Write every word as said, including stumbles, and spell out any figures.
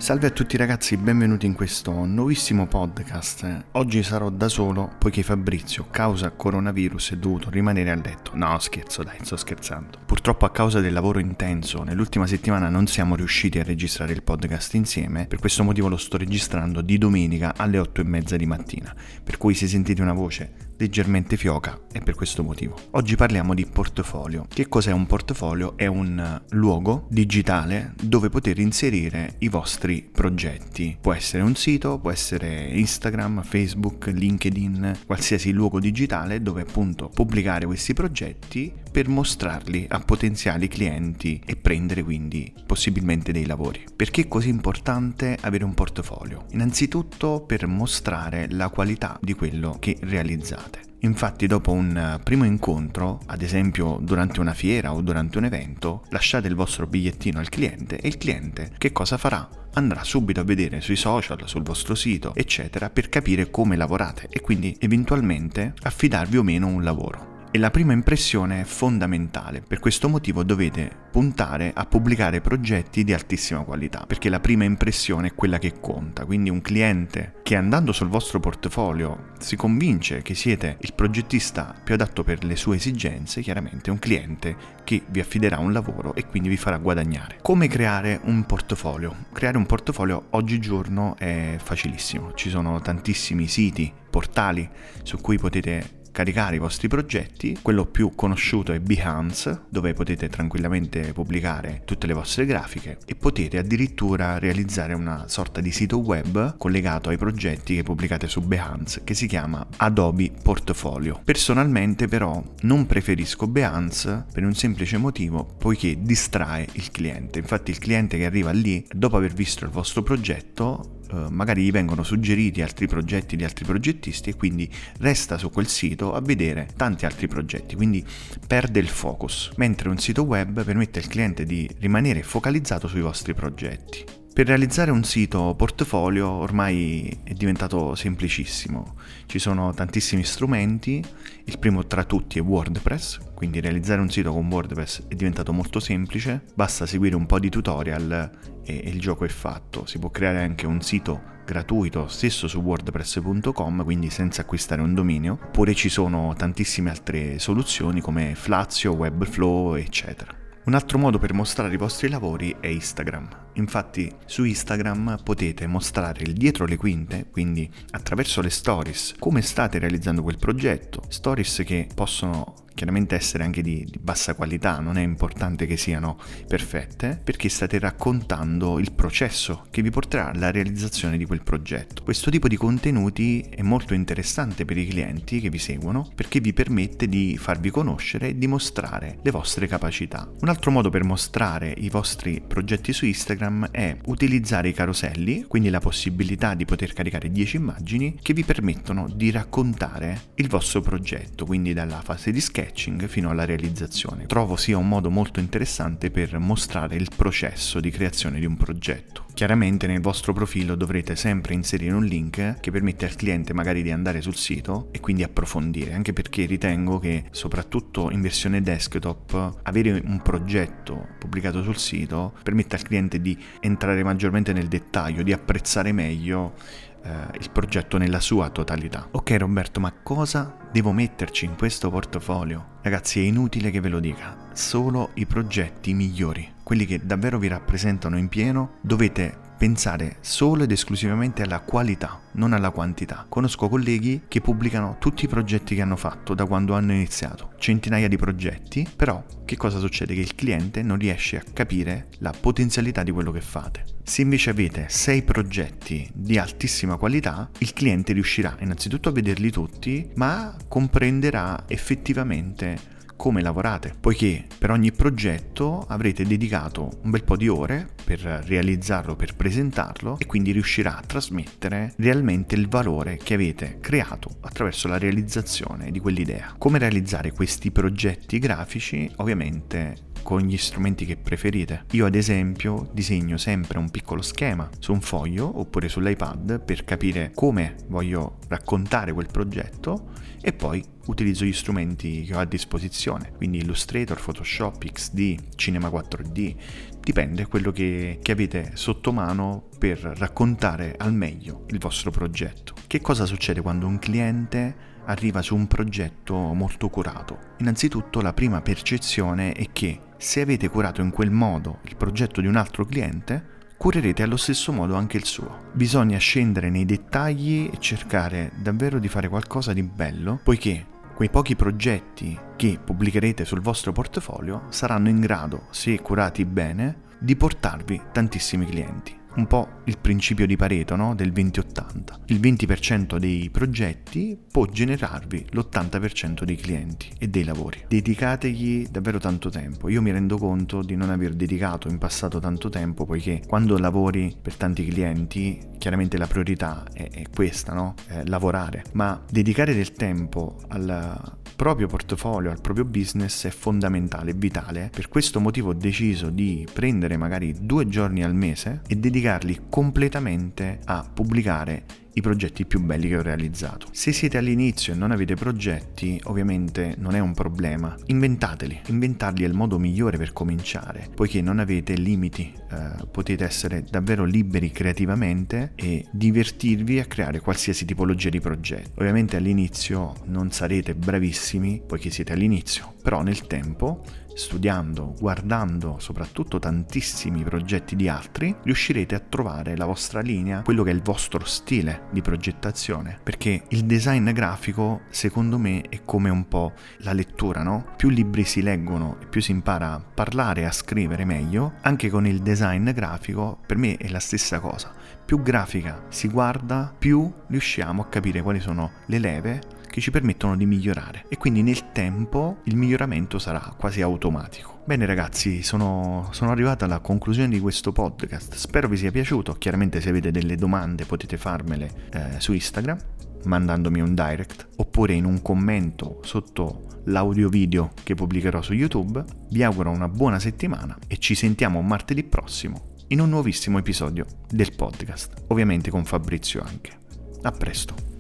Salve a tutti ragazzi, benvenuti in questo nuovissimo podcast. Oggi sarò da solo poiché Fabrizio, causa coronavirus, è dovuto rimanere a letto. No, scherzo, dai, sto scherzando. Purtroppo a causa del lavoro intenso, nell'ultima settimana non siamo riusciti a registrare il podcast insieme, per questo motivo lo sto registrando di domenica alle otto e mezza di mattina, per cui se sentite una voce leggermente fioca è per questo motivo. Oggi parliamo di portfolio. Che cos'è un portfolio? È un luogo digitale dove poter inserire i vostri progetti. Può essere un sito, può essere Instagram, Facebook, LinkedIn, qualsiasi luogo digitale dove appunto pubblicare questi progetti per mostrarli a potenziali clienti e prendere quindi possibilmente dei lavori. Perché è così importante avere un portfolio? Innanzitutto per mostrare la qualità di quello che realizzate. Infatti dopo un primo incontro, ad esempio durante una fiera o durante un evento, lasciate il vostro bigliettino al cliente e il cliente che cosa farà? Andrà subito a vedere sui social, sul vostro sito, eccetera, per capire come lavorate e quindi eventualmente affidarvi o meno un lavoro. E la prima impressione è fondamentale, per questo motivo dovete puntare a pubblicare progetti di altissima qualità, perché la prima impressione è quella che conta, quindi un cliente che andando sul vostro portfolio si convince che siete il progettista più adatto per le sue esigenze, chiaramente è un cliente che vi affiderà un lavoro e quindi vi farà guadagnare. Come creare un portfolio? Creare un portfolio oggigiorno è facilissimo, ci sono tantissimi siti, portali su cui potete caricare i vostri progetti. Quello più conosciuto è Behance, dove potete tranquillamente pubblicare tutte le vostre grafiche e potete addirittura realizzare una sorta di sito web collegato ai progetti che pubblicate su Behance, che si chiama Adobe Portfolio. Personalmente però non preferisco Behance per un semplice motivo, poiché distrae il cliente. Infatti il cliente che arriva lì, dopo aver visto il vostro progetto, magari gli vengono suggeriti altri progetti di altri progettisti e quindi resta su quel sito a vedere tanti altri progetti, quindi perde il focus, mentre un sito web permette al cliente di rimanere focalizzato sui vostri progetti. Per realizzare un sito portfolio ormai è diventato semplicissimo, ci sono tantissimi strumenti, il primo tra tutti è WordPress, quindi realizzare un sito con WordPress è diventato molto semplice, basta seguire un po' di tutorial e il gioco è fatto. Si può creare anche un sito gratuito stesso su wordpress punto com, quindi senza acquistare un dominio, oppure ci sono tantissime altre soluzioni come Flazio, Webflow, eccetera. Un altro modo per mostrare i vostri lavori è Instagram. Infatti su Instagram potete mostrare il dietro le quinte, quindi attraverso le stories, come state realizzando quel progetto, stories che possono chiaramente essere anche di, di bassa qualità, non è importante che siano perfette, perché state raccontando il processo che vi porterà alla realizzazione di quel progetto. Questo tipo di contenuti è molto interessante per i clienti che vi seguono, perché vi permette di farvi conoscere e dimostrare le vostre capacità. Un altro modo per mostrare i vostri progetti su Instagram è utilizzare i caroselli, quindi la possibilità di poter caricare dieci immagini che vi permettono di raccontare il vostro progetto, quindi dalla fase di sketch fino alla realizzazione. Trovo sia un modo molto interessante per mostrare il processo di creazione di un progetto. Chiaramente nel vostro profilo dovrete sempre inserire un link che permette al cliente magari di andare sul sito e quindi approfondire, anche perché ritengo che soprattutto in versione desktop avere un progetto pubblicato sul sito permette al cliente di entrare maggiormente nel dettaglio, di apprezzare meglio Uh, il progetto nella sua totalità. Ok Roberto, ma cosa devo metterci in questo portfolio? Ragazzi, è inutile che ve lo dica, solo i progetti migliori, quelli che davvero vi rappresentano in pieno. Dovete pensare solo ed esclusivamente alla qualità, non alla quantità. Conosco colleghi che pubblicano tutti i progetti che hanno fatto da quando hanno iniziato, centinaia di progetti, però che cosa succede? Che il cliente non riesce a capire la potenzialità di quello che fate. Se invece avete sei progetti di altissima qualità, il cliente riuscirà innanzitutto a vederli tutti, ma comprenderà effettivamente come lavorate, poiché per ogni progetto avrete dedicato un bel po' di ore per realizzarlo, per presentarlo, e quindi riuscirà a trasmettere realmente il valore che avete creato attraverso la realizzazione di quell'idea. Come realizzare questi progetti grafici? Ovviamente con gli strumenti che preferite. Io ad esempio disegno sempre un piccolo schema su un foglio oppure sull'iPad per capire come voglio raccontare quel progetto e poi utilizzo gli strumenti che ho a disposizione, quindi Illustrator, Photoshop, X D, Cinema quattro D, dipende quello che, che avete sotto mano per raccontare al meglio il vostro progetto. Che cosa succede quando un cliente arriva su un progetto molto curato? Innanzitutto la prima percezione è che se avete curato in quel modo il progetto di un altro cliente, curerete allo stesso modo anche il suo. Bisogna scendere nei dettagli e cercare davvero di fare qualcosa di bello, poiché quei pochi progetti che pubblicherete sul vostro portfolio saranno in grado, se curati bene, di portarvi tantissimi clienti. Un po' il principio di Pareto, no? Del venti ottanta. Il venti per cento dei progetti può generarvi l'ottanta per cento dei clienti e dei lavori. Dedicategli davvero tanto tempo. Io mi rendo conto di non aver dedicato in passato tanto tempo, poiché quando lavori per tanti clienti, chiaramente la priorità è, è questa, no? È lavorare. Ma dedicare del tempo al proprio portfolio, al proprio business è fondamentale, è vitale. Per questo motivo ho deciso di prendere magari due giorni al mese e dedicarli completamente a pubblicare i progetti più belli che ho realizzato. Se siete all'inizio e non avete progetti, ovviamente non è un problema. Inventateli. Inventarli è il modo migliore per cominciare, poiché non avete limiti, eh, potete essere davvero liberi creativamente e divertirvi a creare qualsiasi tipologia di progetto. Ovviamente all'inizio non sarete bravissimi, poiché siete all'inizio, però nel tempo, studiando, guardando soprattutto tantissimi progetti di altri, riuscirete a trovare la vostra linea, quello che è il vostro stile di progettazione, perché il design grafico secondo me è come un po' la lettura, no? Più libri si leggono e più si impara a parlare e a scrivere meglio. Anche con il design grafico per me è la stessa cosa. Più grafica si guarda, più riusciamo a capire quali sono le leve che ci permettono di migliorare, e quindi nel tempo il miglioramento sarà quasi automatico. Bene ragazzi, sono, sono arrivato alla conclusione di questo podcast, spero vi sia piaciuto. Chiaramente se avete delle domande potete farmele eh, su Instagram mandandomi un direct oppure in un commento sotto l'audio video che pubblicherò su YouTube. Vi auguro una buona settimana e ci sentiamo martedì prossimo in un nuovissimo episodio del podcast, ovviamente con Fabrizio anche. A presto.